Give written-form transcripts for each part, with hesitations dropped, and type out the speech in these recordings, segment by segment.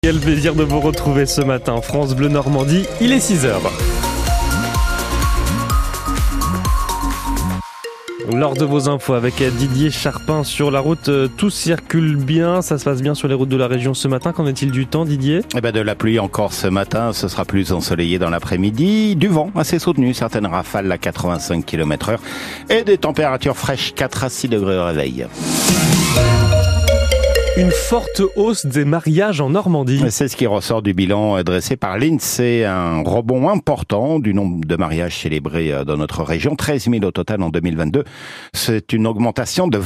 Quel plaisir de vous retrouver ce matin, France Bleu Normandie, il est 6h. Lors de vos infos avec Didier Charpin sur la route, tout circule bien, ça se passe bien sur les routes de la région ce matin. Qu'en est-il du temps, Didier ? De la pluie encore ce matin, ce sera plus ensoleillé dans l'après-midi, du vent assez soutenu, certaines rafales à 85 km/h et des températures fraîches 4 à 6 degrés au réveil. Une forte hausse des mariages en Normandie. C'est ce qui ressort du bilan dressé par l'INSEE, un rebond important du nombre de mariages célébrés dans notre région, 13 000 au total en 2022. C'est une augmentation de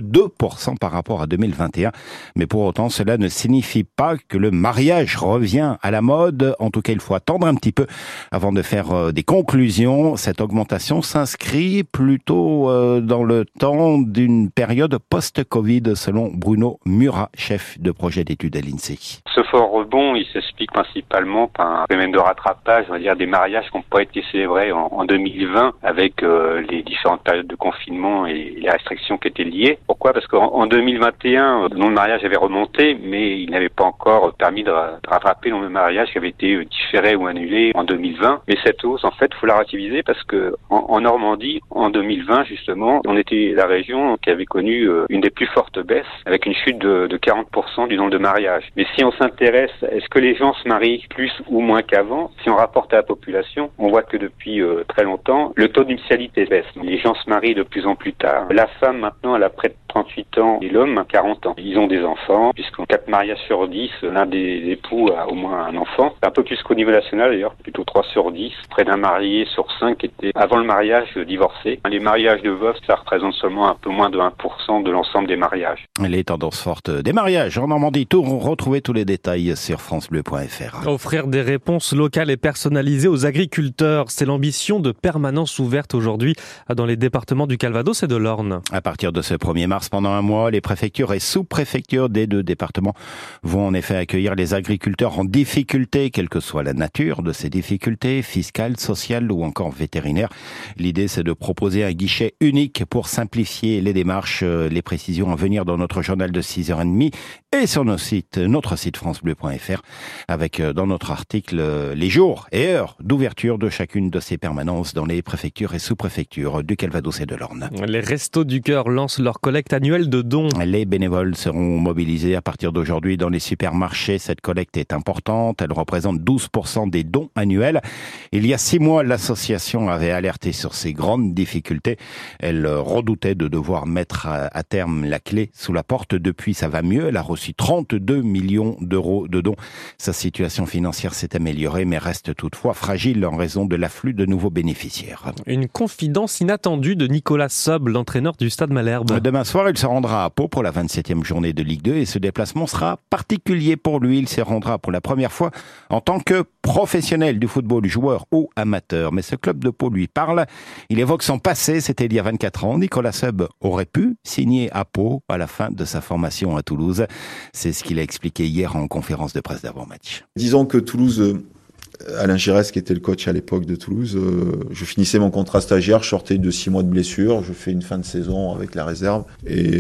22% par rapport à 2021. Mais pour autant, cela ne signifie pas que le mariage revient à la mode. En tout cas, il faut attendre un petit peu avant de faire des conclusions. Cette augmentation s'inscrit plutôt dans le temps d'une période post-Covid, selon Bruno Murat, chef de projet d'études à l'INSEE. Ce fort rebond, il s'explique principalement par un phénomène de rattrapage, on va dire des mariages qui n'ont pas été célébrés en 2020 avec les différentes périodes de confinement et les restrictions qui étaient liées. Pourquoi ? Parce qu'en 2021, le nombre de mariages avait remonté, mais il n'avait pas encore permis de rattraper le nombre de mariages qui avaient été différés ou annulés en 2020. Mais cette hausse, en fait, il faut la relativiser parce que en Normandie, en 2020, justement, on était la région qui avait connu une des plus fortes baisses avec une chute de 40% du nombre de mariages. Mais si on s'intéresse, est-ce que les gens se marient plus ou moins qu'avant ? Si on rapporte à la population, on voit que depuis très longtemps, le taux de nuptialité baisse. Les gens se marient de plus en plus tard. La femme, maintenant, elle a près de 38 ans et l'homme, 40 ans. Ils ont des enfants, puisqu'en 4 mariages sur 10, l'un des époux a au moins un enfant. Un peu plus qu'au niveau national, d'ailleurs, plutôt 3 sur 10. Près d'un marié sur 5 était, avant le mariage, divorcé. Les mariages de veufs, ça représente seulement un peu moins de 1% de l'ensemble des mariages. Les tendances fortes des mariages en Normandie. Retrouvez tous les détails sur francebleu.fr. Offrir des réponses locales et personnalisées aux agriculteurs, c'est l'ambition de Permanence ouverte aujourd'hui dans les départements du Calvados et de l'Orne. À partir de ce 1er mars, pendant un mois, les préfectures et sous-préfectures des 2 départements vont en effet accueillir les agriculteurs en difficulté, quelle que soit la nature de ces difficultés, fiscales, sociales ou encore vétérinaires. L'idée, c'est de proposer un guichet unique pour simplifier les démarches. Les précisions à venir dans notre journal de 6h30 et sur notre site francebleu.fr avec dans notre article les jours et heures d'ouverture de chacune de ces permanences dans les préfectures et sous-préfectures du Calvados et de l'Orne. Les Restos du Cœur lancent leur collecte annuelle de dons. Les bénévoles seront mobilisés à partir d'aujourd'hui dans les supermarchés. Cette collecte est importante. Elle représente 12% des dons annuels. Il y a 6 mois, l'association avait alerté sur ces grandes difficultés. Elle redoutait de devoir mettre à terme la clé sous la porte. Depuis, ça va mieux. Elle a reçu 32 millions d'euros de dons. Sa situation financière s'est améliorée, mais reste toutefois fragile en raison de l'afflux de nouveaux bénéficiaires. Une confidence inattendue de Nicolas Sob, l'entraîneur du Stade Malherbe. Demain soir, il se rendra à Pau pour la 27e journée de Ligue 2 et ce déplacement sera particulier pour lui. Il s'y rendra pour la première fois en tant que professionnel du football, joueur ou amateur. Mais ce club de Pau lui parle. Il évoque son passé, c'était il y a 24 ans. Nicolas Sob aurait pu signer à Pau à la fin de sa formation à Toulouse. C'est ce qu'il a expliqué hier en conférence de presse d'avant-match. Disons que Toulouse, Alain Giresse qui était le coach à l'époque de Toulouse, je finissais mon contrat stagiaire, je sortais de 6 mois de blessure, je fais une fin de saison avec la réserve et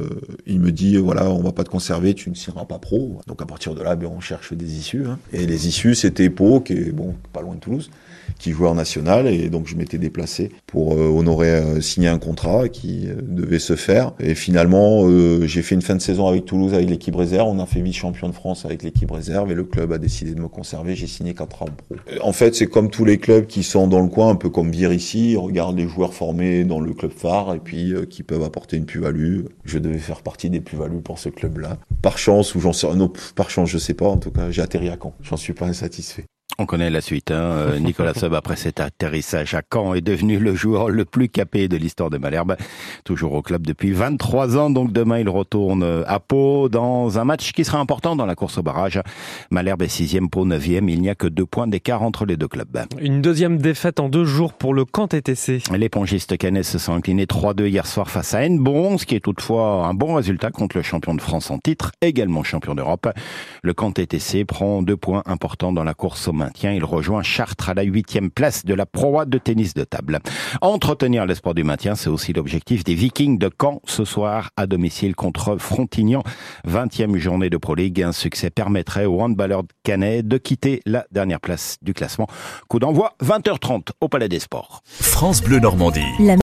il me dit voilà, on va pas te conserver, tu ne signeras pas pro. Donc à partir de là, on cherche des issues. Et les issues, c'était Pau, qui est pas loin de Toulouse, qui jouait en national et donc je m'étais déplacé pour honorer, signer un contrat qui devait se faire. Et finalement, j'ai fait une fin de saison avec Toulouse avec l'équipe réserve, on a fait vice-champion de France avec l'équipe réserve et le club a décidé de me conserver, j'ai signé 4 ans pro. En fait, c'est comme tous les clubs qui sont dans le coin, un peu comme Vire ici, ils regardent les joueurs formés dans le club phare et puis qui peuvent apporter une plus-value. Je devais faire partie des plus-values pour ce club-là. Par chance, ou j'en sais, non, par chance, je sais pas, en tout cas, j'ai atterri à Caen. J'en suis pas insatisfait. On connaît la suite. Nicolas Sob, après cet atterrissage à Caen, est devenu le joueur le plus capé de l'histoire de Malherbe. Toujours au club depuis 23 ans. Donc demain, il retourne à Pau dans un match qui sera important dans la course au barrage. Malherbe est 6e, Pau 9e. Il n'y a que 2 points d'écart entre les 2 clubs. Une deuxième défaite en 2 jours pour le Caen TTC. Les pongistes cannais se sont inclinés 3-2 hier soir face à Hennebont, ce qui est toutefois un bon résultat contre le champion de France en titre, également champion d'Europe. Le Caen TTC prend 2 points importants dans la course au maintien. Il rejoint Chartres à la 8e place de la Pro A de tennis de table. Entretenir l'espoir du maintien, c'est aussi l'objectif des Vikings de Caen ce soir à domicile contre Frontignan. 20e journée de Pro League. Un succès permettrait aux handballeurs caennais de quitter la dernière place du classement. Coup d'envoi 20h30 au Palais des Sports. France Bleu Normandie.